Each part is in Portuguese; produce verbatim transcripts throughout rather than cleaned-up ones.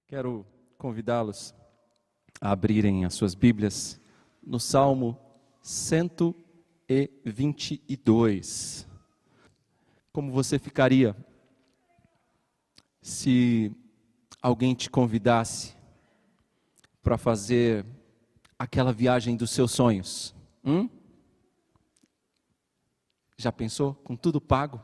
Quero convidá-los a abrirem as suas Bíblias no Salmo cento e vinte e dois. Como você ficaria se alguém te convidasse para fazer aquela viagem dos seus sonhos? Hum? Já pensou? Com tudo pago?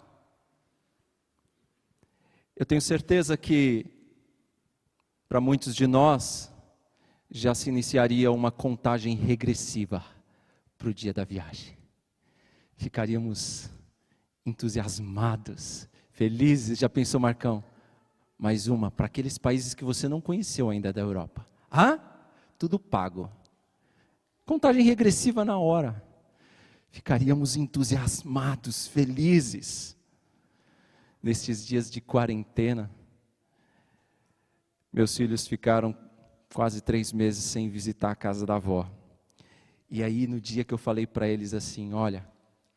Eu tenho certeza que para muitos de nós já se iniciaria uma contagem regressiva para o dia da viagem. Ficaríamos entusiasmados, felizes. Já pensou, Marcão? Mais uma para aqueles países que você não conheceu ainda da Europa. Ah? Tudo pago. Contagem regressiva na hora. Ficaríamos entusiasmados, felizes. Nestes dias de quarentena, meus filhos ficaram quase três meses sem visitar a casa da avó. E aí no dia que eu falei para eles assim, olha,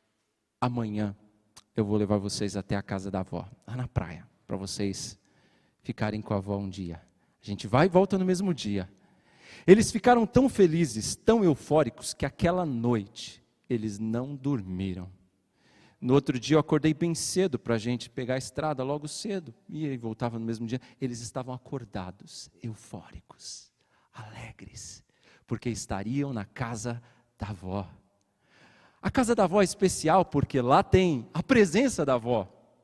amanhã eu vou levar vocês até a casa da avó, lá na praia, para vocês ficarem com a avó um dia. A gente vai e volta no mesmo dia. Eles ficaram tão felizes, tão eufóricos, que aquela noite eles não dormiram. No outro dia eu acordei bem cedo para a gente pegar a estrada logo cedo. E voltava no mesmo dia. Eles estavam acordados, eufóricos, alegres. Porque estariam na casa da avó. A casa da avó é especial porque lá tem a presença da avó.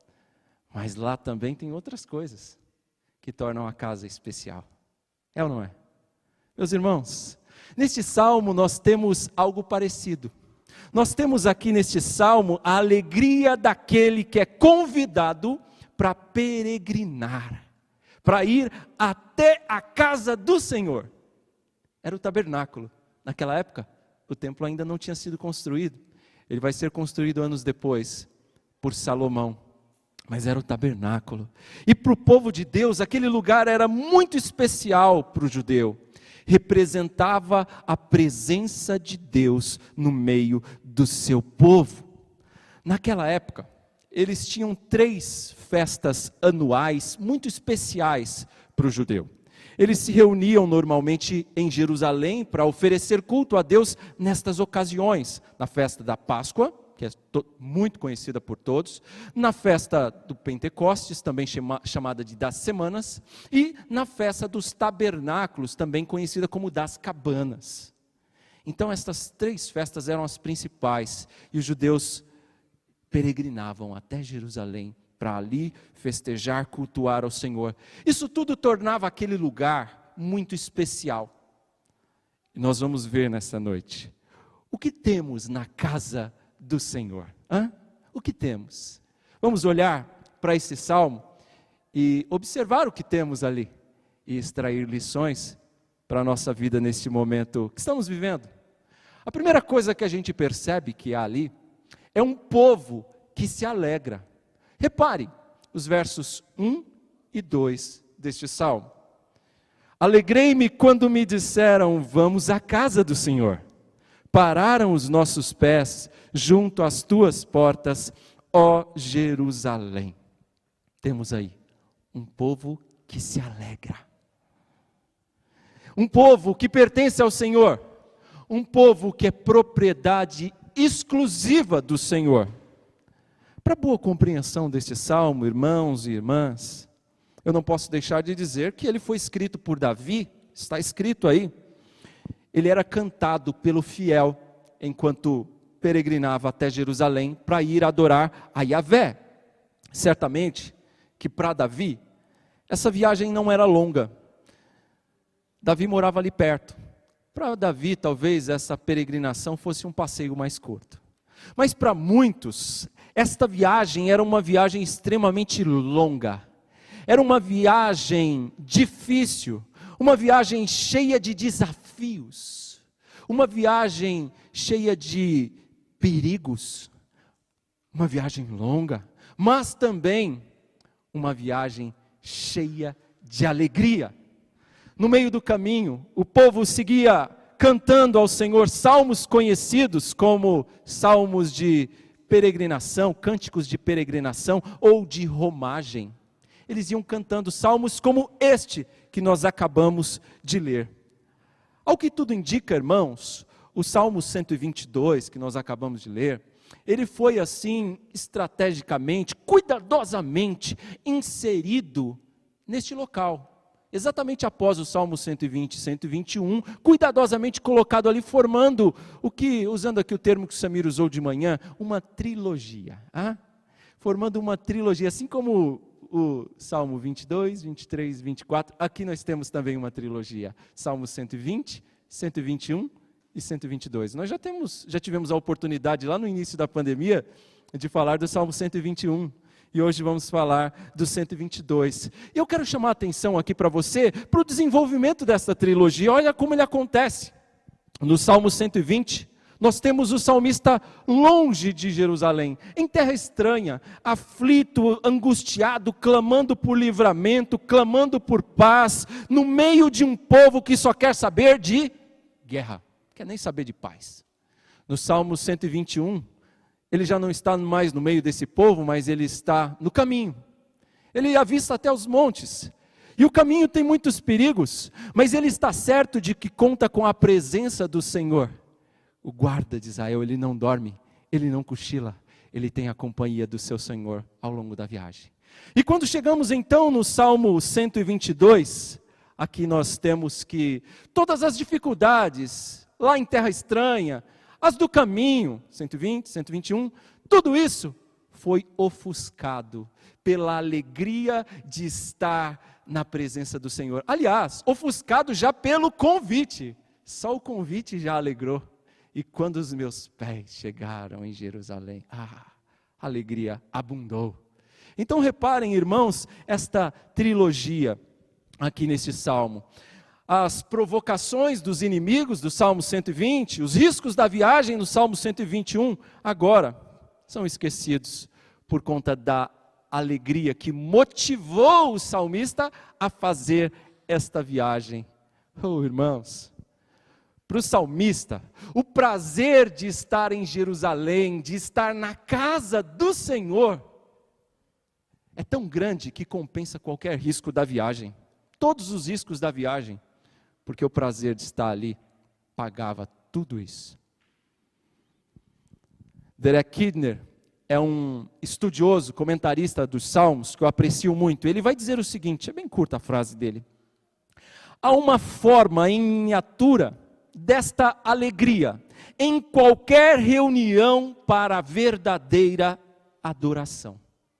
Mas lá também tem outras coisas que tornam a casa especial. É ou não é? Meus irmãos, neste salmo nós temos algo parecido. Nós temos aqui neste salmo a alegria daquele que é convidado para peregrinar, para ir até a casa do Senhor. Era o tabernáculo. Naquela época, o templo ainda não tinha sido construído. Ele vai ser construído anos depois, por Salomão. Mas era o tabernáculo. E para o povo de Deus, aquele lugar era muito especial para o judeu. Representava a presença de Deus no meio do seu povo. Naquela época, eles tinham três festas anuais muito especiais para o judeu. Eles se reuniam normalmente em Jerusalém para oferecer culto a Deus nestas ocasiões. Na festa da Páscoa, que é muito conhecida por todos, na festa do Pentecostes, também chama, chamada de das Semanas, e na festa dos Tabernáculos, também conhecida como das Cabanas. Então estas três festas eram as principais, e os judeus peregrinavam até Jerusalém, para ali festejar, cultuar ao Senhor. Isso tudo tornava aquele lugar muito especial. E nós vamos ver nessa noite, o que temos na casa do Senhor. Hã? O que temos? Vamos olhar para esse salmo e observar o que temos ali e extrair lições para a nossa vida neste momento que estamos vivendo. A primeira coisa que a gente percebe que há ali é um povo que se alegra. Repare os versos um e dois deste salmo. Alegrei-me quando me disseram, vamos à casa do Senhor. Pararam os nossos pés junto às tuas portas, ó Jerusalém. Temos aí um povo que se alegra. Um povo que pertence ao Senhor. Um povo que é propriedade exclusiva do Senhor. Para boa compreensão deste salmo, irmãos e irmãs, eu não posso deixar de dizer que ele foi escrito por Davi, está escrito aí. Ele era cantado pelo fiel enquanto peregrinava até Jerusalém para ir adorar a Yahvé. Certamente que para Davi, essa viagem não era longa. Davi morava ali perto. Para Davi, talvez essa peregrinação fosse um passeio mais curto. Mas para muitos, esta viagem era uma viagem extremamente longa. Era uma viagem difícil, uma viagem cheia de desafios, uma viagem cheia de perigos, uma viagem longa, mas também uma viagem cheia de alegria. No meio do caminho, o povo seguia cantando ao Senhor salmos conhecidos como salmos de peregrinação, cânticos de peregrinação ou de romagem. eles iam cantando salmos como este que nós acabamos de ler. Ao que tudo indica, irmãos, o Salmo cento e vinte e dois, que nós acabamos de ler, ele foi assim, estrategicamente, cuidadosamente inserido neste local. Exatamente após o Salmo cento e vinte e cento e vinte e um, cuidadosamente colocado ali, formando o que, usando aqui o termo que o Samir usou de manhã, uma trilogia. Ah? Formando uma trilogia, assim como o Salmo vinte e dois, vinte e três, vinte e quatro, aqui nós temos também uma trilogia. Salmo cento e vinte, cento e vinte e um e cento e vinte e dois. Nós já, temos, já tivemos a oportunidade, lá no início da pandemia, de falar do Salmo cento e vinte e um. E hoje vamos falar do cento e vinte e dois. E eu quero chamar a atenção aqui para você, para o desenvolvimento dessa trilogia. Olha como ele acontece. No Salmo cento e vinte, nós temos o salmista longe de Jerusalém, em terra estranha, aflito, angustiado, clamando por livramento, clamando por paz, no meio de um povo que só quer saber de guerra, não quer nem saber de paz. No Salmo cento e vinte e um, ele já não está mais no meio desse povo, mas ele está no caminho. Ele avista até os montes. E o caminho tem muitos perigos, mas ele está certo de que conta com a presença do Senhor. O guarda de Israel, ele não dorme, ele não cochila, ele tem a companhia do seu Senhor ao longo da viagem. E quando chegamos então no Salmo cento e vinte e dois, aqui nós temos que todas as dificuldades, lá em terra estranha, as do caminho, cento e vinte, cento e vinte e um, tudo isso foi ofuscado pela alegria de estar na presença do Senhor. Aliás, ofuscado já pelo convite, só o convite já alegrou. E quando os meus pés chegaram em Jerusalém, ah, a alegria abundou. Então reparem, irmãos, esta trilogia aqui nesse salmo. As provocações dos inimigos do Salmo cento e vinte, os riscos da viagem no Salmo cento e vinte e um, agora são esquecidos por conta da alegria que motivou o salmista a fazer esta viagem. Oh, irmãos, para o salmista, o prazer de estar em Jerusalém, de estar na casa do Senhor, é tão grande que compensa qualquer risco da viagem, todos os riscos da viagem, porque o prazer de estar ali pagava tudo isso. Derek Kidner é um estudioso, comentarista dos Salmos, que eu aprecio muito. Ele vai dizer o seguinte, é bem curta a frase dele. Há uma forma em miniatura desta alegria em qualquer reunião para a verdadeira adoração.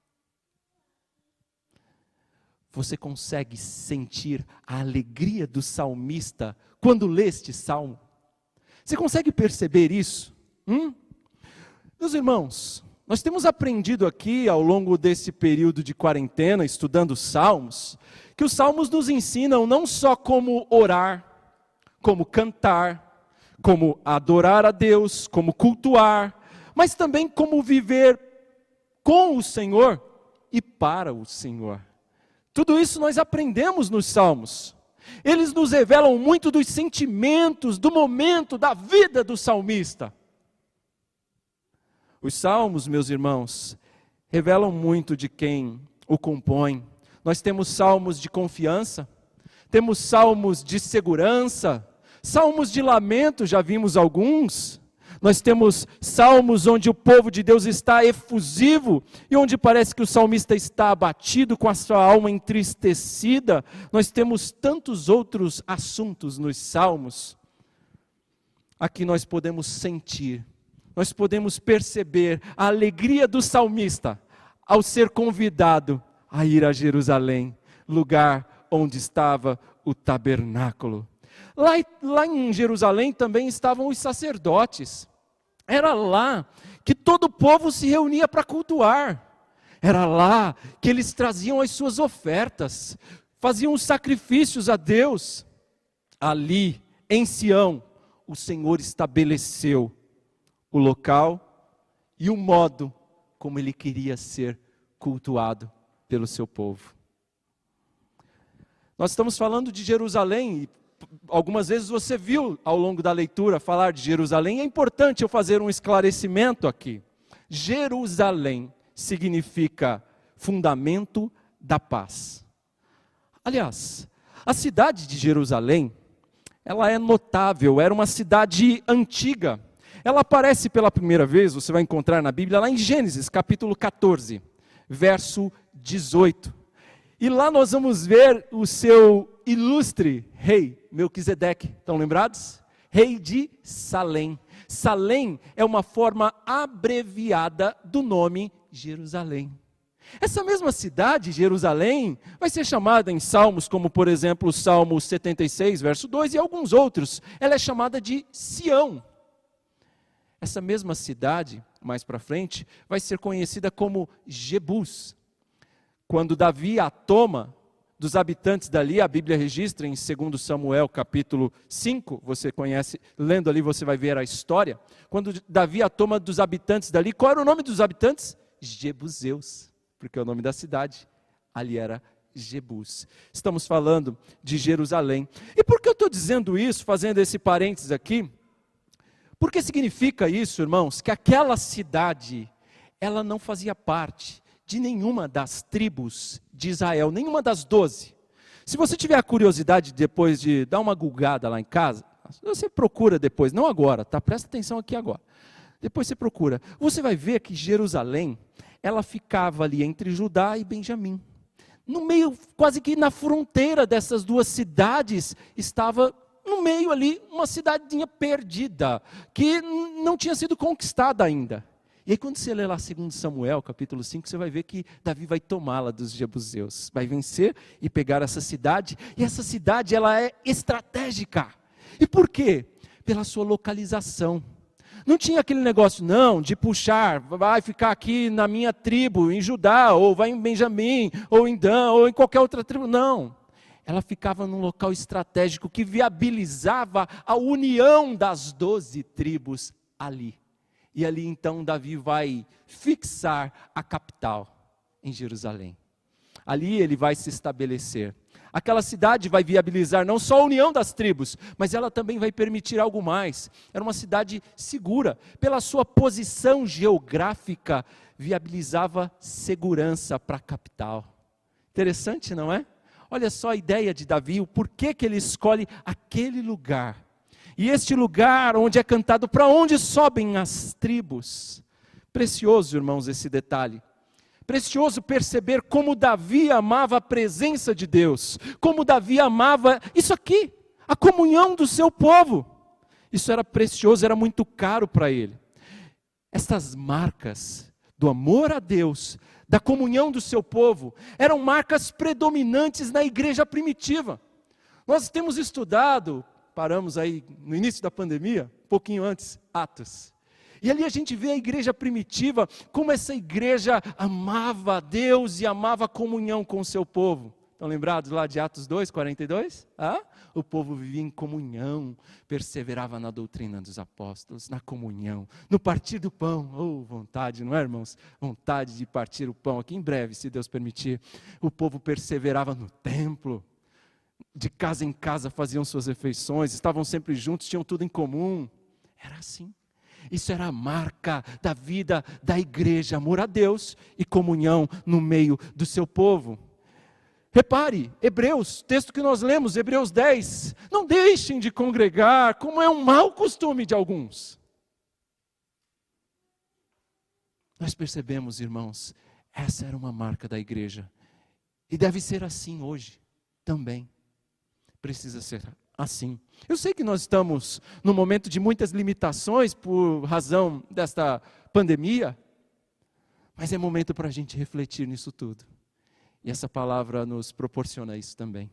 Você consegue sentir a alegria do salmista quando lê este salmo? Você consegue perceber isso? Hum? Meus irmãos, nós temos aprendido aqui ao longo desse período de quarentena, estudando os salmos, que os salmos nos ensinam não só como orar, como cantar, como adorar a Deus, como cultuar, mas também como viver com o Senhor e para o Senhor. Tudo isso nós aprendemos nos Salmos. Eles nos revelam muito dos sentimentos, do momento, da vida do salmista. Os Salmos, meus irmãos, revelam muito de quem o compõe. Nós temos salmos de confiança, temos salmos de segurança, salmos de lamento, já vimos alguns. Nós temos salmos onde o povo de Deus está efusivo e onde parece que o salmista está abatido, com a sua alma entristecida. Nós temos tantos outros assuntos nos salmos. Aqui nós podemos sentir, nós podemos perceber a alegria do salmista ao ser convidado a ir a Jerusalém, lugar onde estava o tabernáculo. Lá, lá em Jerusalém também estavam os sacerdotes. Era lá que todo o povo se reunia para cultuar. Era lá que eles traziam as suas ofertas, faziam os sacrifícios a Deus. Ali, em Sião, o Senhor estabeleceu o local e o modo como Ele queria ser cultuado pelo seu povo. Nós estamos falando de Jerusalém e algumas vezes você viu ao longo da leitura falar de Jerusalém. É importante eu fazer um esclarecimento aqui. Jerusalém significa fundamento da paz. Aliás, a cidade de Jerusalém, ela é notável, era uma cidade antiga. Ela aparece pela primeira vez, você vai encontrar na Bíblia, lá em Gênesis, capítulo quatorze, verso dezoito. E lá nós vamos ver o seu ilustre rei, Melquisedeque. Estão lembrados? Rei de Salém. Salém é uma forma abreviada do nome Jerusalém. Essa mesma cidade, Jerusalém, vai ser chamada em salmos, como por exemplo o Salmo setenta e seis, verso dois, e alguns outros. Ela é chamada de Sião. Essa mesma cidade, mais para frente, vai ser conhecida como Jebus. Quando Davi a toma dos habitantes dali, a Bíblia registra em segundo Samuel capítulo cinco, você conhece, lendo ali você vai ver a história. Quando Davi a toma dos habitantes dali, qual era o nome dos habitantes? Jebuseus, porque o nome da cidade ali era Jebus. Estamos falando de Jerusalém. E por que eu estou dizendo isso, fazendo esse parênteses aqui? Porque significa isso, irmãos, que aquela cidade, ela não fazia parte de nenhuma das tribos de Israel, nenhuma das doze. Se você tiver a curiosidade depois de dar uma gulgada lá em casa, você procura depois, não agora, tá? Presta atenção aqui agora. Depois você procura. Você vai ver que Jerusalém, ela ficava ali entre Judá e Benjamim. No meio, quase que na fronteira dessas duas cidades, estava no meio ali uma cidadinha perdida, que não tinha sido conquistada ainda. E aí quando você lê lá segundo Samuel, capítulo cinco, você vai ver que Davi vai tomá-la dos jebuseus, vai vencer e pegar essa cidade, e essa cidade ela é estratégica. E por quê? Pela sua localização. Não tinha aquele negócio não, de puxar, vai ficar aqui na minha tribo, em Judá, ou vai em Benjamim, ou em Dan, ou em qualquer outra tribo, não. Ela ficava num local estratégico que viabilizava a união das doze tribos ali. E ali então Davi vai fixar a capital em Jerusalém. Ali ele vai se estabelecer. Aquela cidade vai viabilizar não só a união das tribos, mas ela também vai permitir algo mais. Era uma cidade segura. Pela sua posição geográfica, viabilizava segurança para a capital. Interessante, não é? Olha só a ideia de Davi, o porquê que ele escolhe aquele lugar. E este lugar onde é cantado, para onde sobem as tribos. Precioso, irmãos, esse detalhe. Precioso perceber como Davi amava a presença de Deus. Como Davi amava isso aqui, a comunhão do seu povo. Isso era precioso, era muito caro para ele. Estas marcas do amor a Deus, da comunhão do seu povo, eram marcas predominantes na igreja primitiva. Nós temos estudado, paramos aí no início da pandemia, um pouquinho antes, Atos. E ali a gente vê a igreja primitiva, como essa igreja amava a Deus e amava a comunhão com o seu povo. Estão lembrados lá de Atos dois, quarenta e dois? Ah? O povo vivia em comunhão, perseverava na doutrina dos apóstolos, na comunhão, no partir do pão. Oh, vontade, não é, irmãos? Vontade de partir o pão aqui em breve, se Deus permitir. O povo perseverava no templo. De casa em casa faziam suas refeições, estavam sempre juntos, tinham tudo em comum. Era assim. Isso era a marca da vida da igreja, amor a Deus e comunhão no meio do seu povo. Repare, Hebreus, texto que nós lemos, Hebreus dez, não deixem de congregar, como é um mau costume de alguns. Nós percebemos, irmãos, essa era uma marca da igreja. E deve ser assim hoje também. Precisa ser assim. Eu sei que nós estamos num momento de muitas limitações por razão desta pandemia, mas é momento para a gente refletir nisso tudo. E essa palavra nos proporciona isso também.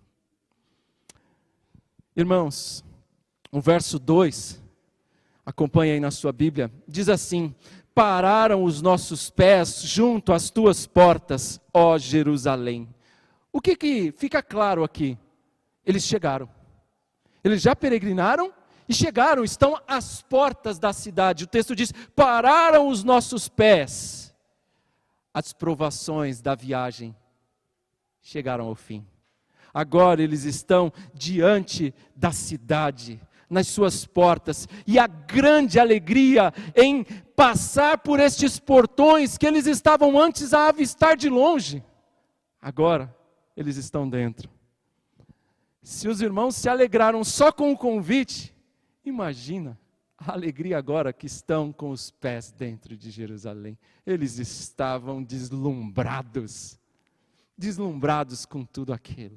Irmãos, o verso dois, acompanha aí na sua Bíblia, diz assim: pararam os nossos pés junto às tuas portas, ó Jerusalém. O que que fica claro aqui? Eles chegaram. Eles já peregrinaram e chegaram, estão às portas da cidade. O texto diz: pararam os nossos pés. As provações da viagem chegaram ao fim. Agora eles estão diante da cidade, nas suas portas, e a grande alegria em passar por estes portões que eles estavam antes a avistar de longe. agora eles estão dentro. Se os irmãos se alegraram só com o convite, imagina a alegria agora que estão com os pés dentro de Jerusalém. Eles estavam deslumbrados, deslumbrados com tudo aquilo.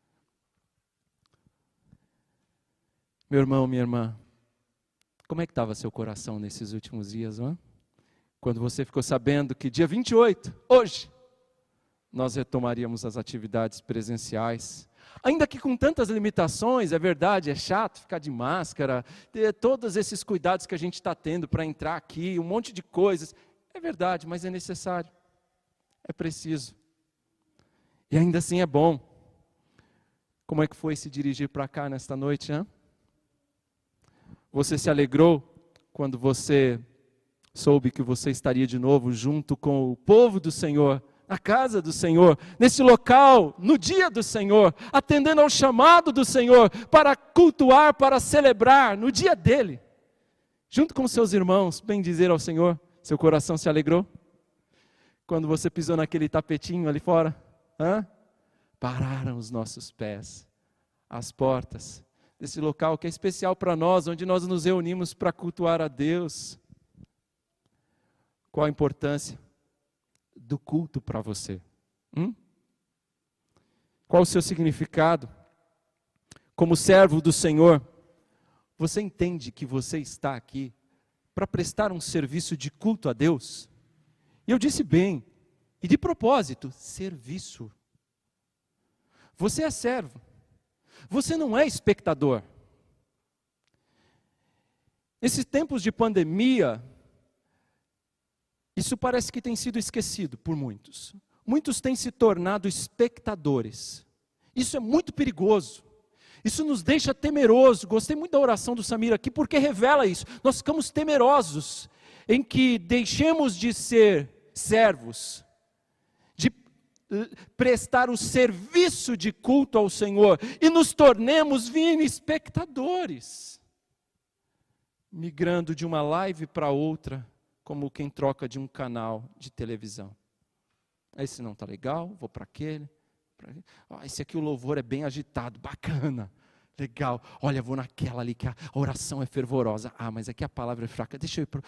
Meu irmão, minha irmã, como é que estava seu coração nesses últimos dias, não é? Quando você ficou sabendo que dia vinte e oito, hoje, nós retomaríamos as atividades presenciais, ainda que com tantas limitações, é verdade, é chato ficar de máscara, ter todos esses cuidados que a gente está tendo para entrar aqui, um monte de coisas, é verdade, mas é necessário, é preciso, e ainda assim é bom. Como é que foi se dirigir para cá nesta noite, hein? Você se alegrou quando você soube que você estaria de novo junto com o povo do Senhor, na casa do Senhor, nesse local, no dia do Senhor, atendendo ao chamado do Senhor, para cultuar, para celebrar, no dia dele, junto com seus irmãos, bem dizer ao Senhor, seu coração se alegrou? Quando você pisou naquele tapetinho ali fora, hã? Pararam os nossos pés, as portas desse local que é especial para nós, onde nós nos reunimos para cultuar a Deus. Qual a importância do culto para você? Hum? Qual o seu significado? Como servo do Senhor, você entende que você está aqui para prestar um serviço de culto a Deus? E eu disse bem, e de propósito, serviço. Você é servo. Você não é espectador. Nesses tempos de pandemia, isso parece que tem sido esquecido por muitos. Muitos têm se tornado espectadores. Isso é muito perigoso. Isso nos deixa temerosos. Gostei muito da oração do Samir aqui, porque revela isso. Nós ficamos temerosos em que deixemos de ser servos, de prestar o serviço de culto ao Senhor e nos tornemos vindo espectadores, migrando de uma live para outra, como quem troca de um canal de televisão. Esse não está legal, vou para aquele. Pra... Ah, esse aqui o louvor é bem agitado, bacana, legal. Olha, vou naquela ali que a oração é fervorosa. Ah, mas aqui a palavra é fraca, deixa eu ir para...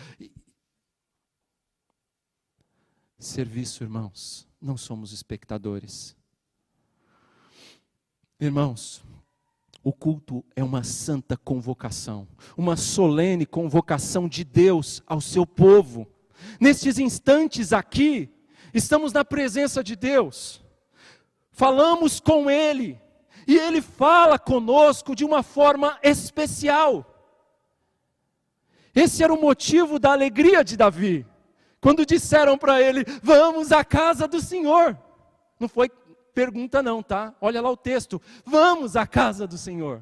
Serviço, irmãos, não somos espectadores. Irmãos, o culto é uma santa convocação, uma solene convocação de Deus ao seu povo. Nestes instantes aqui, estamos na presença de Deus, falamos com Ele, e Ele fala conosco de uma forma especial. Esse era o motivo da alegria de Davi, quando disseram para ele, vamos à casa do Senhor. Não foi pergunta não, tá? Olha lá o texto, vamos à casa do Senhor.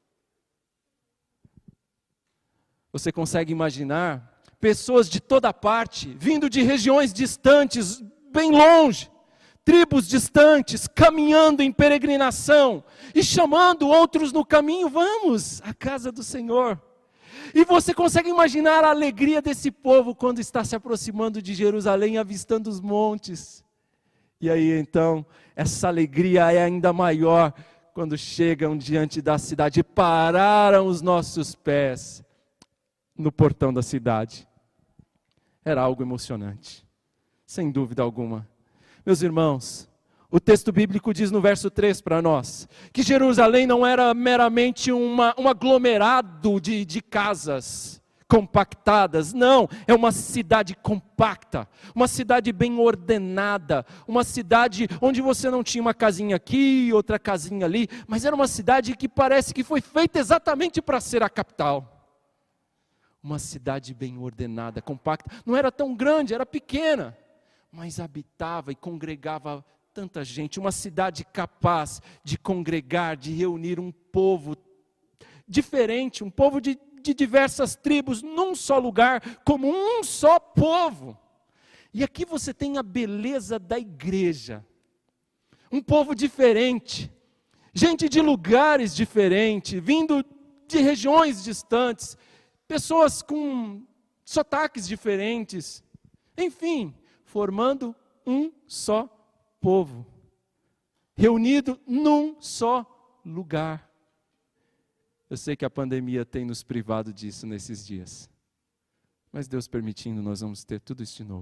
Você consegue imaginar pessoas de toda parte, vindo de regiões distantes, bem longe, tribos distantes, caminhando em peregrinação, e chamando outros no caminho, vamos à casa do Senhor. E você consegue imaginar a alegria desse povo quando está se aproximando de Jerusalém, avistando os montes. E aí então, essa alegria é ainda maior quando chegam diante da cidade e pararam os nossos pés no portão da cidade. Era algo emocionante, sem dúvida alguma. Meus irmãos, o texto bíblico diz no verso três para nós, que Jerusalém não era meramente uma, um aglomerado de, de casas compactadas, não, é uma cidade compacta, uma cidade bem ordenada, uma cidade onde você não tinha uma casinha aqui, outra casinha ali, mas era uma cidade que parece que foi feita exatamente para ser a capital. Uma cidade bem ordenada, compacta, não era tão grande, era pequena, mas habitava e congregava tanta gente, uma cidade capaz de congregar, de reunir um povo diferente, um povo de, de diversas tribos, num só lugar, como um só povo. E aqui você tem a beleza da igreja, um povo diferente, gente de lugares diferentes, vindo de regiões distantes, pessoas com sotaques diferentes, enfim, formando um só povo. reunido num só lugar. Eu sei que a pandemia tem nos privado disso nesses dias, mas Deus permitindo, nós vamos ter tudo isso de novo.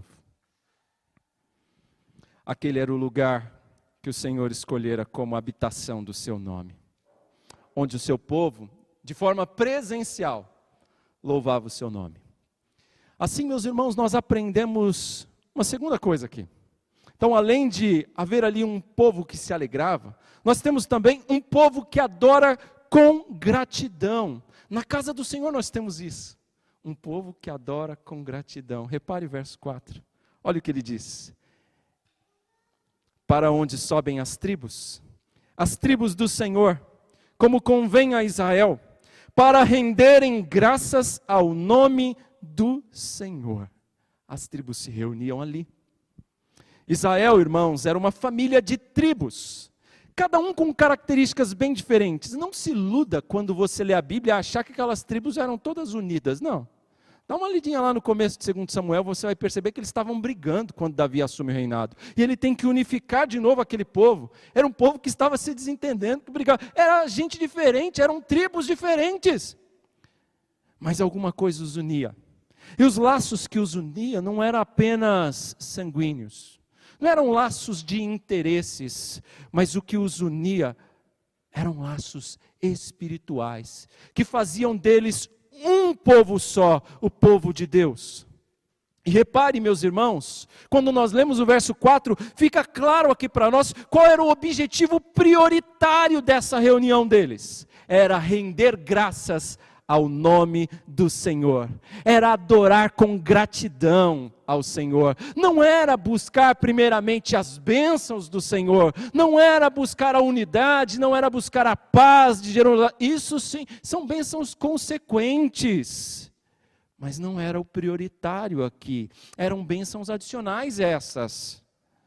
Aquele era o lugar que o Senhor escolhera como habitação do seu nome, onde o seu povo, de forma presencial, louvava o seu nome. Assim, meus irmãos, nós aprendemos uma segunda coisa aqui. Então, além de haver ali um povo que se alegrava, nós temos também um povo que adora com gratidão. Na casa do Senhor nós temos isso. Um povo que adora com gratidão. Repare o verso quatro. Olha o que ele diz. Para onde sobem as tribos? As tribos do Senhor, como convém a Israel, para renderem graças ao nome do Senhor. As tribos se reuniam ali. Israel, irmãos, era uma família de tribos, cada um com características bem diferentes. Não se iluda quando você lê a Bíblia a achar que aquelas tribos eram todas unidas, não. Dá uma lidinha lá no começo de segundo Samuel, você vai perceber que eles estavam brigando quando Davi assume o reinado. E ele tem que unificar de novo aquele povo. Era um povo que estava se desentendendo, que brigava. Era gente diferente, eram tribos diferentes. Mas alguma coisa os unia. E os laços que os unia não eram apenas sanguíneos. Não eram laços de interesses, mas o que os unia eram laços espirituais, que faziam deles um povo só, o povo de Deus. E repare, meus irmãos, quando nós lemos o verso quatro, fica claro aqui para nós qual era o objetivo prioritário dessa reunião deles. Era render graças ao nome do Senhor, era adorar com gratidão ao Senhor, não era buscar primeiramente as bênçãos do Senhor, não era buscar a unidade, não era buscar a paz de Jerusalém, isso sim, são bênçãos consequentes, mas não era o prioritário aqui, eram bênçãos adicionais essas.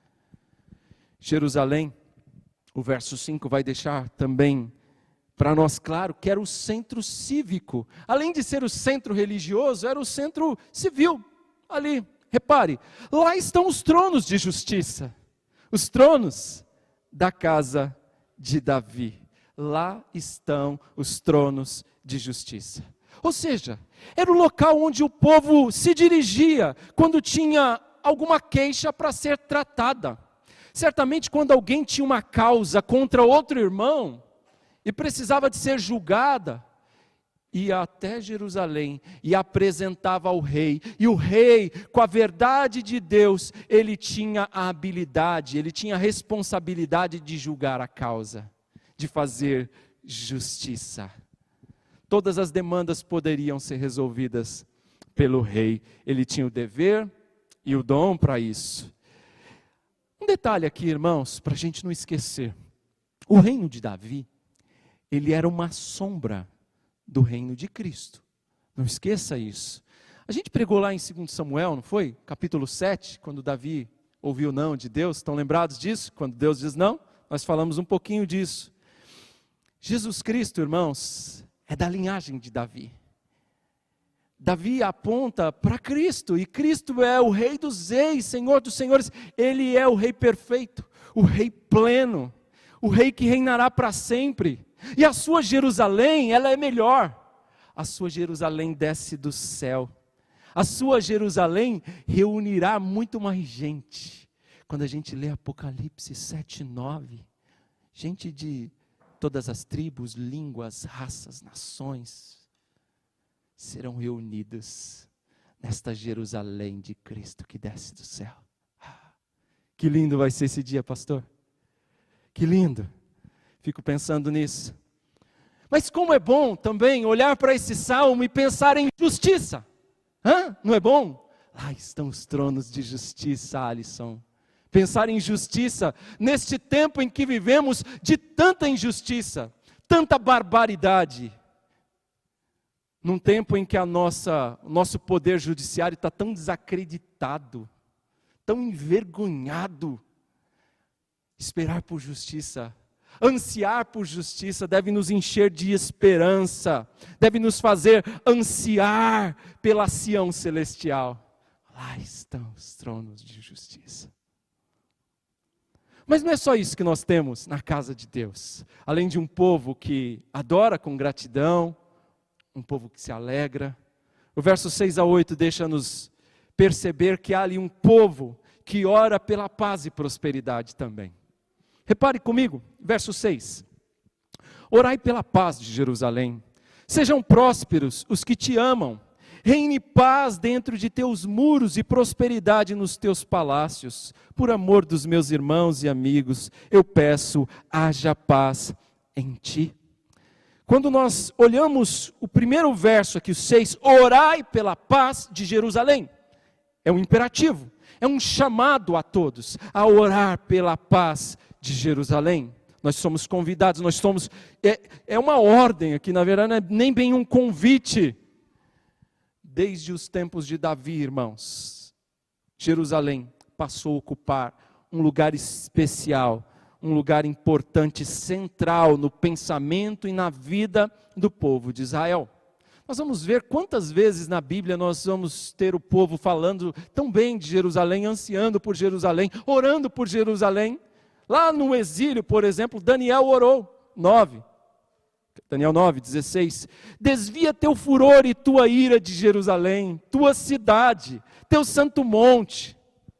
Jerusalém, o verso cinco vai deixar também para nós, claro, que era o centro cívico. Além de ser o centro religioso, era o centro civil. Ali, repare, lá estão os tronos de justiça. Os tronos da casa de Davi. Lá estão os tronos de justiça. Ou seja, era o local onde o povo se dirigia quando tinha alguma queixa para ser tratada. Certamente quando alguém tinha uma causa contra outro irmão, e precisava de ser julgada, ia até Jerusalém e apresentava ao rei, e o rei, com a verdade de Deus, ele tinha a habilidade, ele tinha a responsabilidade de julgar a causa, de fazer justiça. Todas as demandas poderiam ser resolvidas pelo rei, ele tinha o dever e o dom para isso. Um detalhe aqui, irmãos, para a gente não esquecer, o reino de Davi, ele era uma sombra do reino de Cristo. Não esqueça isso. A gente pregou lá em segundo Samuel, não foi? Capítulo sete, quando Davi ouviu o não de Deus. Estão lembrados disso? Quando Deus diz não, nós falamos um pouquinho disso. Jesus Cristo, irmãos, é da linhagem de Davi. Davi aponta para Cristo, e Cristo é o Rei dos reis, Senhor dos senhores. Ele é o Rei perfeito, o Rei pleno, o Rei que reinará para sempre. E a sua Jerusalém, ela é melhor. A sua Jerusalém desce do céu. A sua Jerusalém reunirá muito mais gente. Quando a gente lê Apocalipse sete, nove, gente de todas as tribos, línguas, raças, nações, serão reunidos nesta Jerusalém de Cristo que desce do céu. Ah, que lindo vai ser esse dia, pastor. Que lindo. Fico pensando nisso. Mas como é bom também olhar para esse salmo e pensar em justiça. Hã? Não é bom? Lá estão os tronos de justiça, Alisson. Pensar em justiça neste tempo em que vivemos de tanta injustiça, tanta barbaridade. Num tempo em que a nossa, o nosso poder judiciário está tão desacreditado, tão envergonhado. Esperar por justiça, ansiar por justiça deve nos encher de esperança, deve nos fazer ansiar pela Sião celestial. Lá estão os tronos de justiça. Mas não é só isso que nós temos na casa de Deus. Além de um povo que adora com gratidão, um povo que se alegra. O verso seis a oito deixa-nos perceber que há ali um povo que ora pela paz e prosperidade também. Repare comigo, verso seis. Orai pela paz de Jerusalém. Sejam prósperos os que te amam. Reine paz dentro de teus muros e prosperidade nos teus palácios. Por amor dos meus irmãos e amigos, eu peço, haja paz em ti. Quando nós olhamos o primeiro verso aqui, o seis, orai pela paz de Jerusalém. É um imperativo, é um chamado a todos a orar pela paz de Jerusalém. Nós somos convidados, nós somos, é, é uma ordem aqui, na verdade não é nem bem um convite. Desde os tempos de Davi, irmãos, Jerusalém passou a ocupar um lugar especial, um lugar importante, central no pensamento e na vida do povo de Israel. Nós vamos ver quantas vezes na Bíblia nós vamos ter o povo falando tão bem de Jerusalém, ansiando por Jerusalém, orando por Jerusalém. Lá no exílio, por exemplo, Daniel orou, nove. Daniel nove, dezesseis, desvia teu furor e tua ira de Jerusalém, tua cidade, teu santo monte.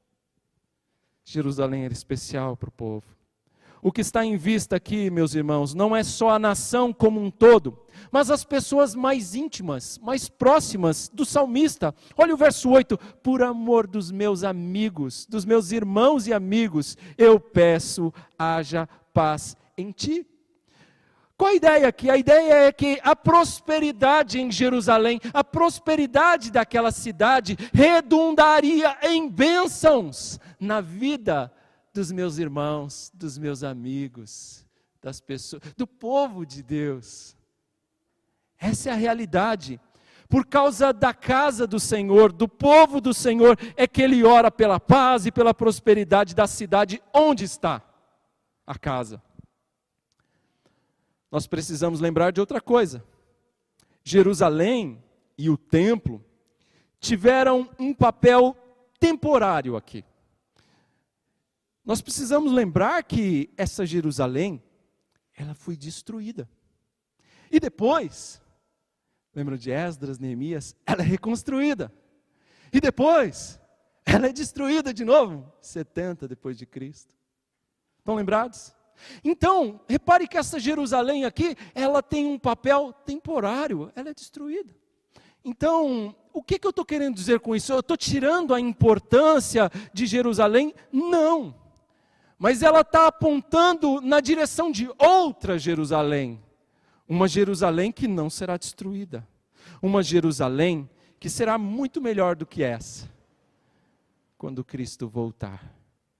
Jerusalém era especial para o povo. O que está em vista aqui, meus irmãos, não é só a nação como um todo, mas as pessoas mais íntimas, mais próximas do salmista. Olha o verso oito, por amor dos meus amigos, dos meus irmãos e amigos, eu peço, haja paz em ti. Qual a ideia aqui? A ideia é que a prosperidade em Jerusalém, a prosperidade daquela cidade, redundaria em bênçãos na vida dos meus irmãos, dos meus amigos, das pessoas, do povo de Deus. Essa é a realidade. Por causa da casa do Senhor, do povo do Senhor, é que ele ora pela paz e pela prosperidade da cidade onde está a casa. Nós precisamos lembrar de outra coisa. Jerusalém e o templo tiveram um papel temporário aqui. Nós precisamos lembrar que essa Jerusalém, ela foi destruída. E depois, lembram de Esdras, Neemias? Ela é reconstruída. E depois, ela é destruída de novo, setenta depois de Cristo. Estão lembrados? Então, repare que essa Jerusalém aqui, ela tem um papel temporário, ela é destruída. Então, o que, que eu estou querendo dizer com isso? Eu estou tirando a importância de Jerusalém? Não. Mas ela está apontando na direção de outra Jerusalém. Uma Jerusalém que não será destruída. Uma Jerusalém que será muito melhor do que essa, quando Cristo voltar.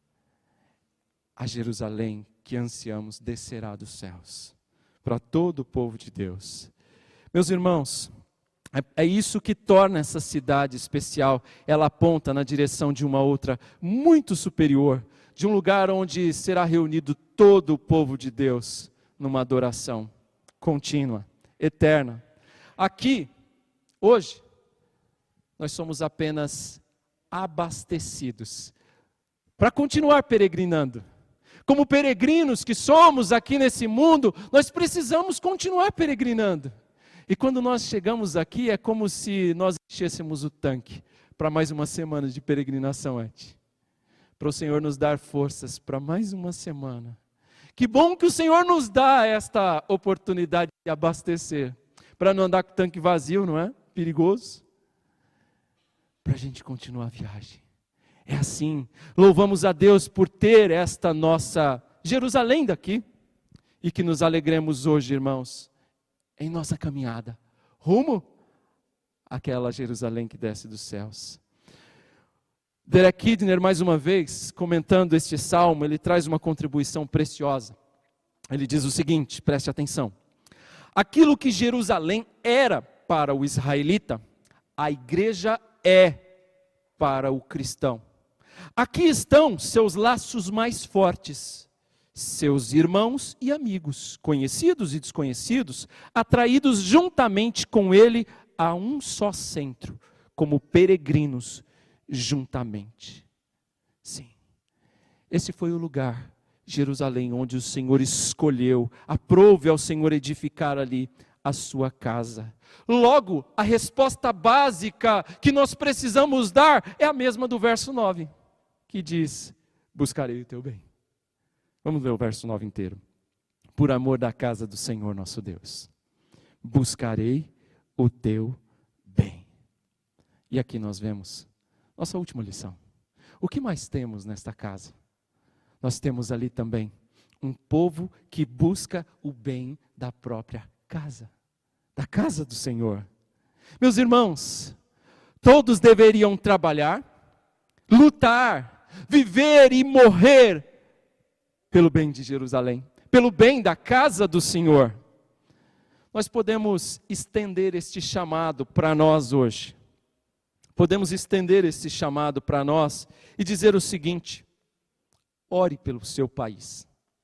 A Jerusalém que ansiamos descerá dos céus, para todo o povo de Deus. Meus irmãos, é, é isso que torna essa cidade especial. Ela aponta na direção de uma outra muito superior, de um lugar onde será reunido todo o povo de Deus, numa adoração contínua, eterna. Aqui, hoje, nós somos apenas abastecidos, para continuar peregrinando. Como peregrinos que somos aqui nesse mundo, nós precisamos continuar peregrinando. E quando nós chegamos aqui, é como se nós enchêssemos o tanque para mais uma semana de peregrinação antes. Para o Senhor nos dar forças para mais uma semana. Que bom que o Senhor nos dá esta oportunidade de abastecer. Para não andar com o tanque vazio, não é? Perigoso. Para a gente continuar a viagem. É assim, louvamos a Deus por ter esta nossa Jerusalém daqui, e que nos alegremos hoje, irmãos, em nossa caminhada, rumo àquela Jerusalém que desce dos céus. Derek Kidner, mais uma vez, comentando este salmo, ele traz uma contribuição preciosa. Ele diz o seguinte, preste atenção. Aquilo que Jerusalém era para o israelita, a igreja é para o cristão. Aqui estão seus laços mais fortes, seus irmãos e amigos, conhecidos e desconhecidos, atraídos juntamente com ele a um só centro, como peregrinos juntamente. Sim, esse foi o lugar. Jerusalém, onde o Senhor escolheu. Aprove ao Senhor edificar ali a sua casa. Logo, a resposta básica que nós precisamos dar é a mesma do verso nove, que diz: buscarei o teu bem. Vamos ler o verso nove inteiro. Por amor da casa do Senhor nosso Deus, buscarei o teu bem. E aqui nós vemos nossa última lição. O que mais temos nesta casa? Nós temos ali também um povo que busca o bem da própria casa, da casa do Senhor. Meus irmãos, todos deveriam trabalhar, lutar, viver e morrer pelo bem de Jerusalém, pelo bem da casa do Senhor. Nós podemos estender este chamado para nós hoje. Podemos estender este chamado para nós e dizer o seguinte: ore pelo seu país.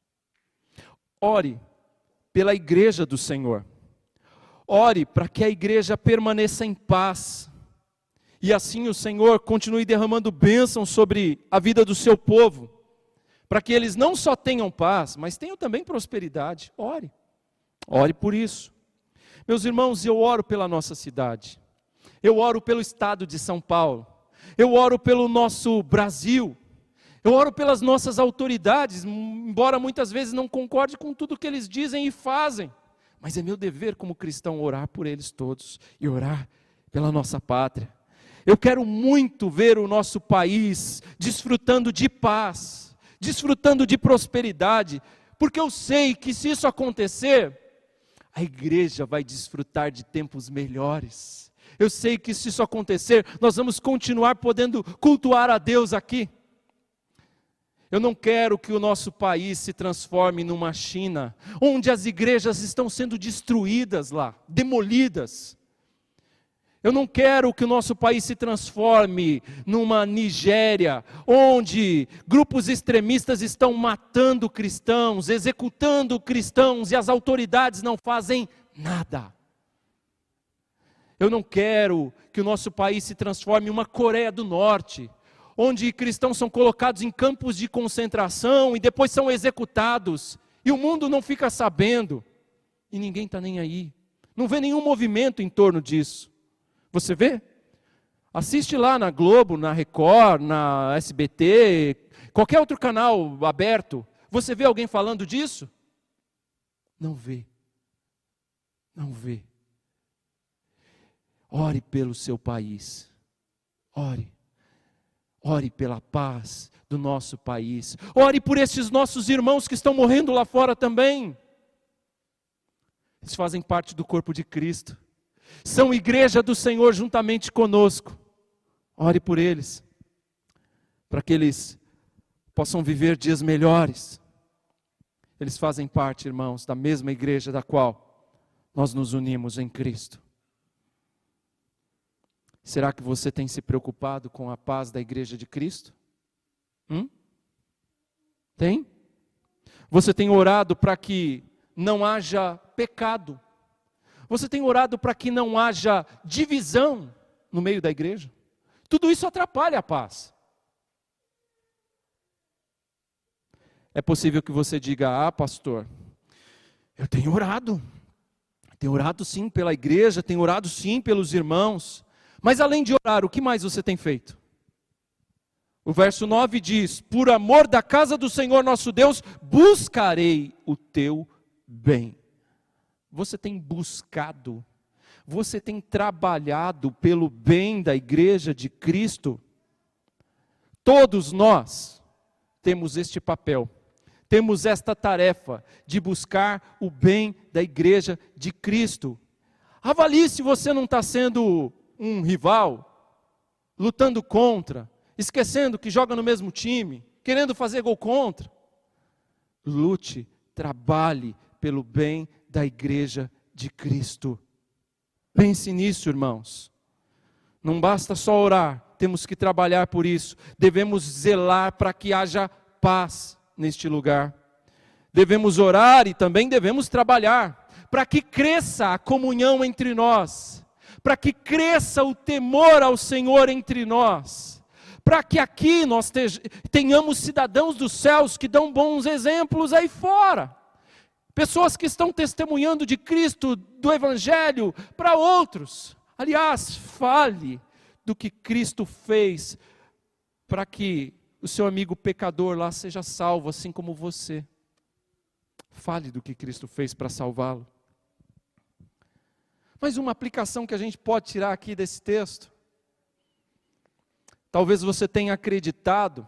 Ore pela igreja do Senhor. Ore para que a igreja permaneça em paz. E assim o Senhor continue derramando bênção sobre a vida do seu povo. Para que eles não só tenham paz, mas tenham também prosperidade. Ore. Ore por isso. Meus irmãos, eu oro pela nossa cidade. Eu oro pelo estado de São Paulo. Eu oro pelo nosso Brasil. Eu oro pelas nossas autoridades, embora muitas vezes não concorde com tudo que eles dizem e fazem. Mas é meu dever como cristão orar por eles todos e orar pela nossa pátria. Eu quero muito ver o nosso país desfrutando de paz, desfrutando de prosperidade, porque eu sei que se isso acontecer, a igreja vai desfrutar de tempos melhores. Eu sei que se isso acontecer, nós vamos continuar podendo cultuar a Deus aqui. Eu não quero que o nosso país se transforme numa China, onde as igrejas estão sendo destruídas lá, demolidas. Eu não quero que o nosso país se transforme numa Nigéria, onde grupos extremistas estão matando cristãos, executando cristãos e as autoridades não fazem nada. Eu não quero que o nosso país se transforme em uma Coreia do Norte, onde cristãos são colocados em campos de concentração e depois são executados, e o mundo não fica sabendo, e ninguém está nem aí, não vê nenhum movimento em torno disso. Você vê? Assiste lá na Globo, na Record, na S B T, qualquer outro canal aberto, você vê alguém falando disso? Não vê, não vê. Ore pelo seu país, ore. Ore pela paz do nosso país. Ore por esses nossos irmãos que estão morrendo lá fora também. Eles fazem parte do corpo de Cristo. São igreja do Senhor juntamente conosco. Ore por eles, para que eles possam viver dias melhores. Eles fazem parte, irmãos, da mesma igreja da qual nós nos unimos em Cristo. Será que você tem se preocupado com a paz da igreja de Cristo? Hum? Tem? Você tem orado para que não haja pecado? Você tem orado para que não haja divisão no meio da igreja? Tudo isso atrapalha a paz. É possível que você diga: ah, pastor, eu tenho orado. Tenho orado sim pela igreja, tenho orado sim pelos irmãos. Mas além de orar, o que mais você tem feito? O verso nove diz: por amor da casa do Senhor nosso Deus, buscarei o teu bem. Você tem buscado, você tem trabalhado pelo bem da igreja de Cristo? Todos nós temos este papel, temos esta tarefa de buscar o bem da igreja de Cristo. Avalie se você não está sendo um rival, lutando contra, esquecendo que joga no mesmo time, querendo fazer gol contra. Lute, trabalhe pelo bem da igreja de Cristo. Pense nisso, irmãos. Não basta só orar, temos que trabalhar por isso. Devemos zelar para que haja paz neste lugar. Devemos orar e também devemos trabalhar para que cresça a comunhão entre nós, para que cresça o temor ao Senhor entre nós, para que aqui nós tenhamos cidadãos dos céus que dão bons exemplos aí fora. Pessoas que estão testemunhando de Cristo, do Evangelho, para outros. Aliás, fale do que Cristo fez para que o seu amigo pecador lá seja salvo, assim como você. Fale do que Cristo fez para salvá-lo. Mas uma aplicação que a gente pode tirar aqui desse texto, talvez você tenha acreditado,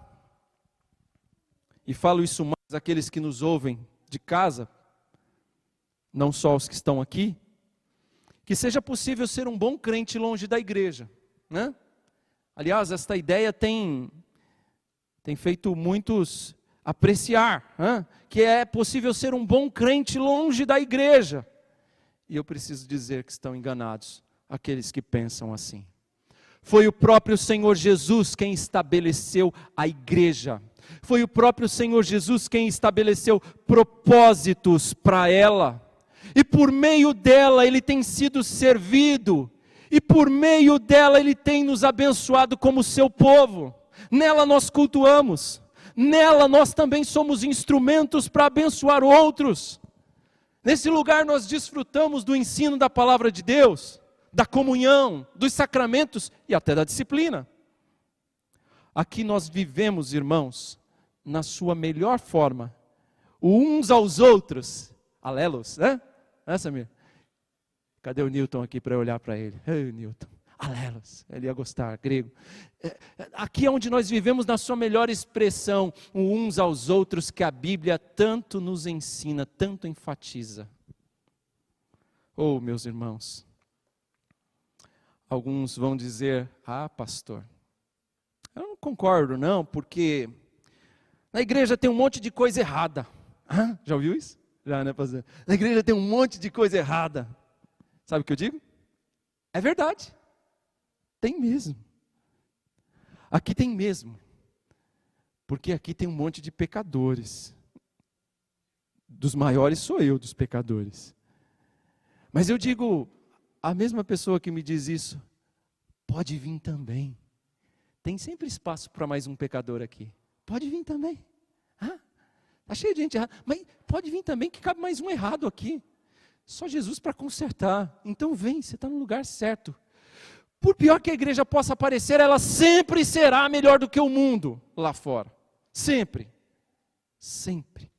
e falo isso mais àqueles que nos ouvem de casa, não só os que estão aqui, que seja possível ser um bom crente longe da igreja, né? Aliás, esta ideia tem, tem feito muitos apreciar, né? Que é possível ser um bom crente longe da igreja. E eu preciso dizer que estão enganados aqueles que pensam assim. Foi o próprio Senhor Jesus quem estabeleceu a igreja. Foi o próprio Senhor Jesus quem estabeleceu propósitos para ela. E por meio dela Ele tem sido servido. E por meio dela Ele tem nos abençoado como seu povo. Nela nós cultuamos. Nela nós também somos instrumentos para abençoar outros. Nesse lugar nós desfrutamos do ensino da palavra de Deus, da comunhão, dos sacramentos e até da disciplina. Aqui nós vivemos, irmãos, na sua melhor forma, uns aos outros, alelos, né? É, Samir? Cadê o Newton aqui para eu olhar para ele? Ei, Newton, alelos, ele ia gostar, grego. Aqui é onde nós vivemos na sua melhor expressão, uns aos outros, que a Bíblia tanto nos ensina, tanto enfatiza. Oh, meus irmãos, alguns vão dizer, ah, pastor, eu não concordo não, porque na igreja tem um monte de coisa errada. Ah, já ouviu isso? Já, né, pastor? Na igreja tem um monte de coisa errada. Sabe o que eu digo? É verdade. Tem mesmo. Aqui tem mesmo. Porque aqui tem um monte de pecadores. Dos maiores sou eu, dos pecadores. Mas eu digo, a mesma pessoa que me diz isso, pode vir também. Tem sempre espaço para mais um pecador aqui. Pode vir também. Ah, está cheio de gente errada. Mas pode vir também que cabe mais um errado aqui. Só Jesus para consertar. Então vem, você está no lugar certo. Por pior que a igreja possa parecer, ela sempre será melhor do que o mundo lá fora. Sempre. Sempre.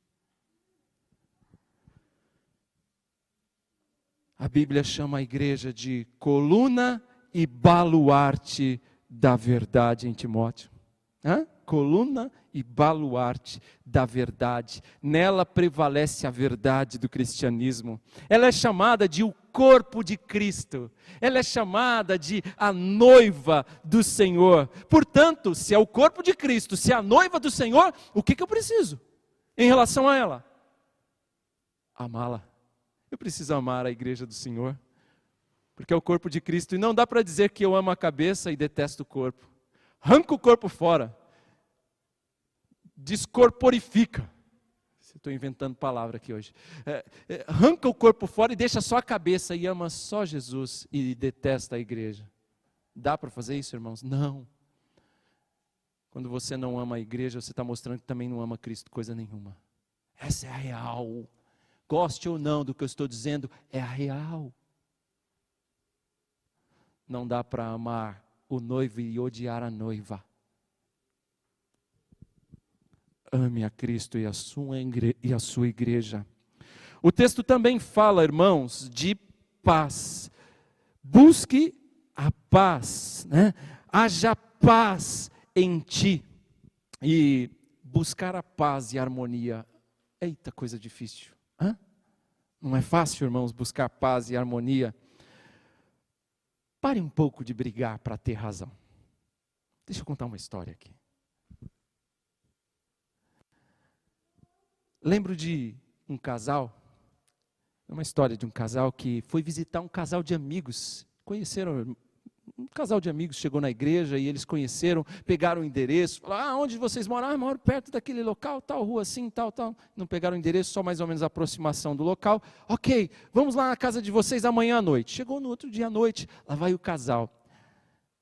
A Bíblia chama a igreja de coluna e baluarte da verdade em Timóteo. Hã? Coluna e baluarte da verdade. Nela prevalece a verdade do cristianismo. Ela é chamada de o corpo de Cristo. Ela é chamada de a noiva do Senhor. Portanto, se é o corpo de Cristo, se é a noiva do Senhor, o que, que eu preciso em relação a ela? Amá-la. Eu preciso amar a igreja do Senhor, porque é o corpo de Cristo. E não dá para dizer que eu amo a cabeça e detesto o corpo. Arranca o corpo fora. Descorporifica. Estou inventando palavra aqui hoje. É, é, arranca o corpo fora e deixa só a cabeça e ama só Jesus e detesta a igreja. Dá para fazer isso, irmãos? Não. Quando você não ama a igreja, você está mostrando que também não ama Cristo coisa nenhuma. Essa é a real. Goste ou não do que eu estou dizendo, é a real. Não dá para amar o noivo e odiar a noiva. Ame a Cristo e a sua igreja, e a sua igreja. O texto também fala, irmãos, de paz. Busque a paz, né? Haja paz em ti. E buscar a paz e a harmonia, eita, coisa difícil. Hã? Não é fácil, irmãos, buscar paz e harmonia. Pare um pouco de brigar para ter razão. Deixa eu contar uma história aqui. Lembro de um casal, uma história de um casal que foi visitar um casal de amigos. Conheceram, um casal de amigos chegou na igreja e eles conheceram, pegaram o endereço, falaram, ah, onde vocês moram? Ah, moro perto daquele local, tal rua assim, tal, tal. Não pegaram o endereço, só mais ou menos a aproximação do local. Ok, vamos lá na casa de vocês amanhã à noite. Chegou no outro dia à noite, lá vai o casal.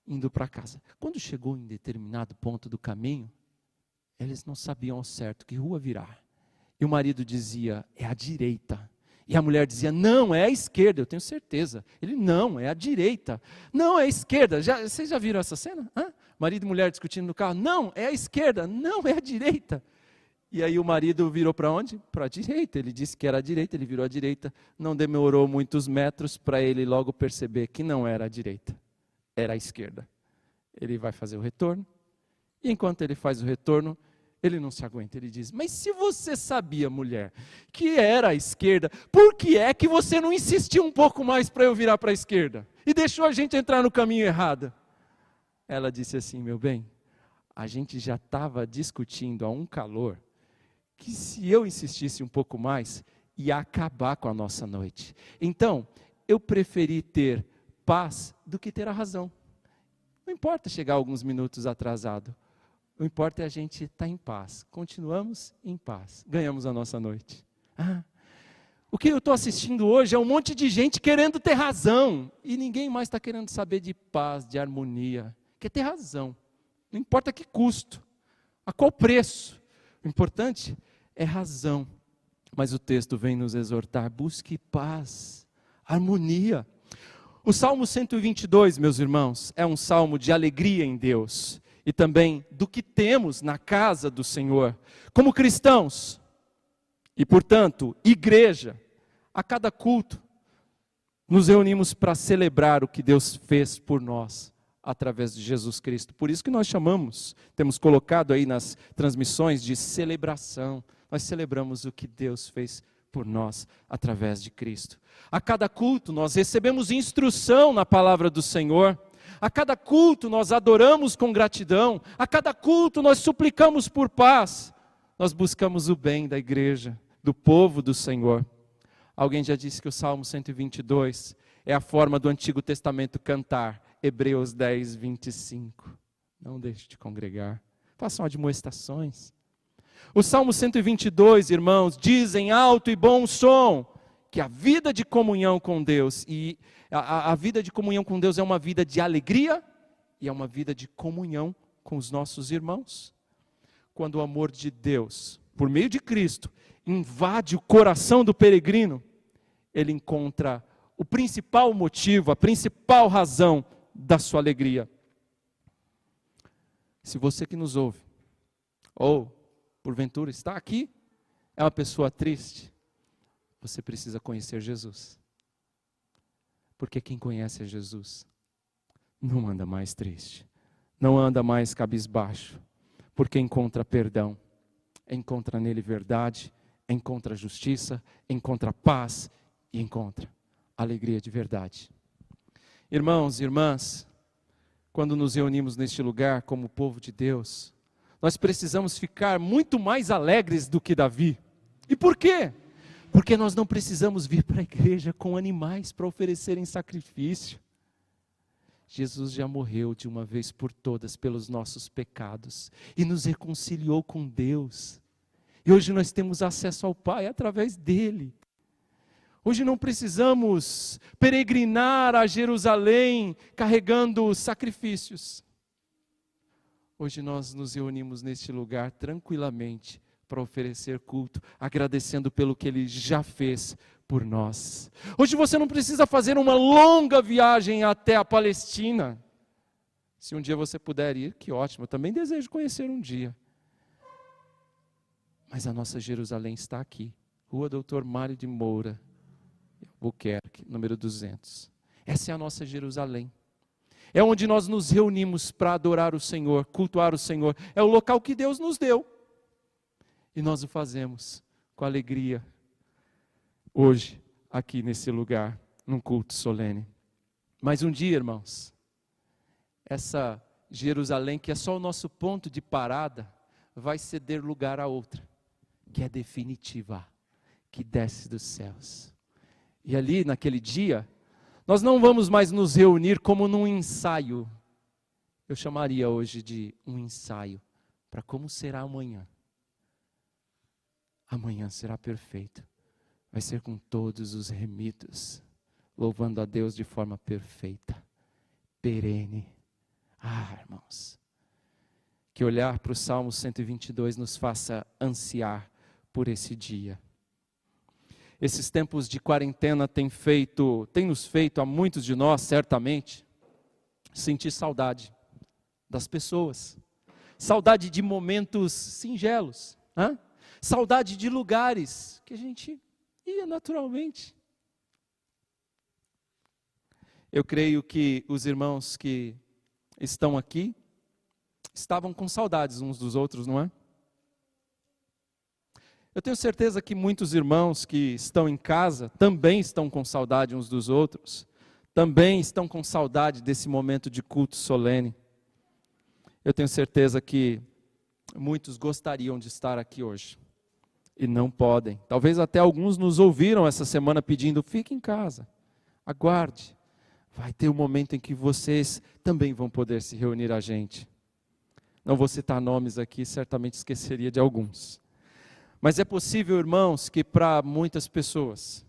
indo para casa. Quando chegou em determinado ponto do caminho, eles não sabiam ao certo que rua virar. E o marido dizia, é à direita. E a mulher dizia, não, é à esquerda, eu tenho certeza. Ele, não, é à direita. Não, é à esquerda. Já, vocês já viram essa cena? Hã? Marido e mulher discutindo no carro, não, é à esquerda, não, é à direita. E aí o marido virou para onde? Para a direita. Ele disse que era à direita, ele virou à direita. Não demorou muitos metros para ele logo perceber que não era à direita, era à esquerda. Ele vai fazer o retorno. E enquanto ele faz o retorno, ele não se aguenta. Ele diz, mas se você sabia, mulher, que era à esquerda, por que é que você não insistiu um pouco mais para eu virar para a esquerda? E deixou a gente entrar no caminho errado? Ela disse assim, meu bem, a gente já estava discutindo a um calor, que se eu insistisse um pouco mais, ia acabar com a nossa noite. Então, eu preferi ter paz do que ter a razão. Não importa chegar alguns minutos atrasado. O importa é a gente estar em paz. Continuamos em paz. Ganhamos a nossa noite. Ah, o que eu estou assistindo hoje é um monte de gente querendo ter razão. E ninguém mais está querendo saber de paz, de harmonia. Quer ter razão. Não importa que custo. A qual preço. O importante é razão. Mas o texto vem nos exortar. Busque paz, harmonia. O Salmo cento e vinte e dois, meus irmãos, é um salmo de alegria em Deus. E também do que temos na casa do Senhor. Como cristãos, e portanto, igreja, a cada culto, nos reunimos para celebrar o que Deus fez por nós, através de Jesus Cristo. Por isso que nós chamamos, temos colocado aí nas transmissões de celebração. Nós celebramos o que Deus fez por nós, através de Cristo. A cada culto, nós recebemos instrução na palavra do Senhor. A cada culto nós adoramos com gratidão, a cada culto nós suplicamos por paz, nós buscamos o bem da igreja, do povo do Senhor. Alguém já disse que o Salmo cento e vinte e dois é a forma do Antigo Testamento cantar, Hebreus dez, vinte e cinco. Não deixe de congregar, façam admoestações. O Salmo cento e vinte e dois, irmãos, diz em alto e bom som, que a vida de comunhão com Deus, e a, a vida de comunhão com Deus é uma vida de alegria, e é uma vida de comunhão com os nossos irmãos. Quando o amor de Deus, por meio de Cristo, invade o coração do peregrino, ele encontra o principal motivo, a principal razão da sua alegria. Se você que nos ouve, ou porventura está aqui, é uma pessoa triste, você precisa conhecer Jesus. Porque quem conhece a Jesus não anda mais triste, não anda mais cabisbaixo, porque encontra perdão, encontra nele verdade, encontra justiça, encontra paz e encontra alegria de verdade. Irmãos e irmãs, quando nos reunimos neste lugar como povo de Deus, nós precisamos ficar muito mais alegres do que Davi. E por quê? Porque nós não precisamos vir para a igreja com animais para oferecerem sacrifício. Jesus já morreu de uma vez por todas pelos nossos pecados e nos reconciliou com Deus. E hoje nós temos acesso ao Pai através dele. Hoje não precisamos peregrinar a Jerusalém carregando sacrifícios. Hoje nós nos reunimos neste lugar tranquilamente para oferecer culto, agradecendo pelo que Ele já fez por nós. Hoje você não precisa fazer uma longa viagem até a Palestina. Se um dia você puder ir, que ótimo, eu também desejo conhecer um dia. Mas a nossa Jerusalém está aqui, Rua Doutor Mário de Moura, Albuquerque, número duzentos. Essa é a nossa Jerusalém. É onde nós nos reunimos para adorar o Senhor, cultuar o Senhor. É o local que Deus nos deu. E nós o fazemos com alegria, hoje, aqui nesse lugar, num culto solene. Mas um dia, irmãos, essa Jerusalém, que é só o nosso ponto de parada, vai ceder lugar a outra, que é definitiva, que desce dos céus. E ali, naquele dia, nós não vamos mais nos reunir como num ensaio. Eu chamaria hoje de um ensaio para como será amanhã. Amanhã será perfeito. Vai ser com todos os remidos, louvando a Deus de forma perfeita, perene. Ah, irmãos, que olhar para o Salmo cento e vinte e dois nos faça ansiar por esse dia. Esses tempos de quarentena têm feito, têm nos feito, a muitos de nós, certamente, sentir saudade das pessoas. Saudade de momentos singelos. Hein? Saudade de lugares que a gente ia naturalmente. Eu creio que os irmãos que estão aqui estavam com saudades uns dos outros, não é? Eu tenho certeza que muitos irmãos que estão em casa também estão com saudade uns dos outros, também estão com saudade desse momento de culto solene. Eu tenho certeza que muitos gostariam de estar aqui hoje e não podem. Talvez até alguns nos ouviram essa semana pedindo: fique em casa, aguarde. Vai ter um momento em que vocês também vão poder se reunir a gente. Não vou citar nomes aqui, certamente esqueceria de alguns. Mas é possível, irmãos, que para muitas pessoas,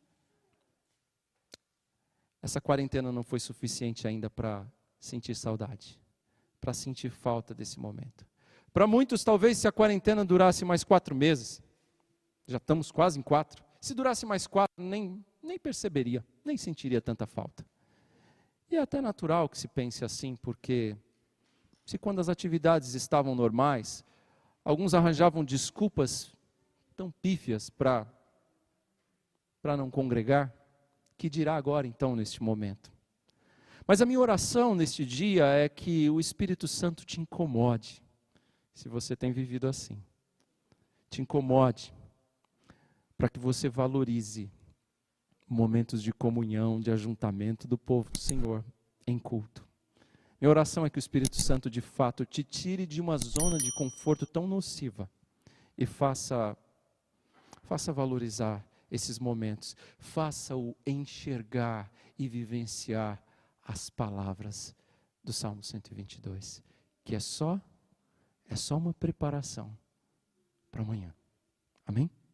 essa quarentena não foi suficiente ainda para sentir saudade, para sentir falta desse momento. Para muitos, talvez, se a quarentena durasse mais quatro meses, já estamos quase em quatro, se durasse mais quatro, nem, nem perceberia, nem sentiria tanta falta. E é até natural que se pense assim, porque se quando as atividades estavam normais, alguns arranjavam desculpas tão pífias para para não congregar, que dirá agora então neste momento. Mas a minha oração neste dia é que o Espírito Santo te incomode, se você tem vivido assim. Te incomode, para que você valorize momentos de comunhão, de ajuntamento do povo do Senhor em culto. Minha oração é que o Espírito Santo de fato te tire de uma zona de conforto tão nociva e faça Faça valorizar esses momentos, faça-o enxergar e vivenciar as palavras do Salmo cento e vinte e dois, que é só, é só uma preparação para amanhã. Amém?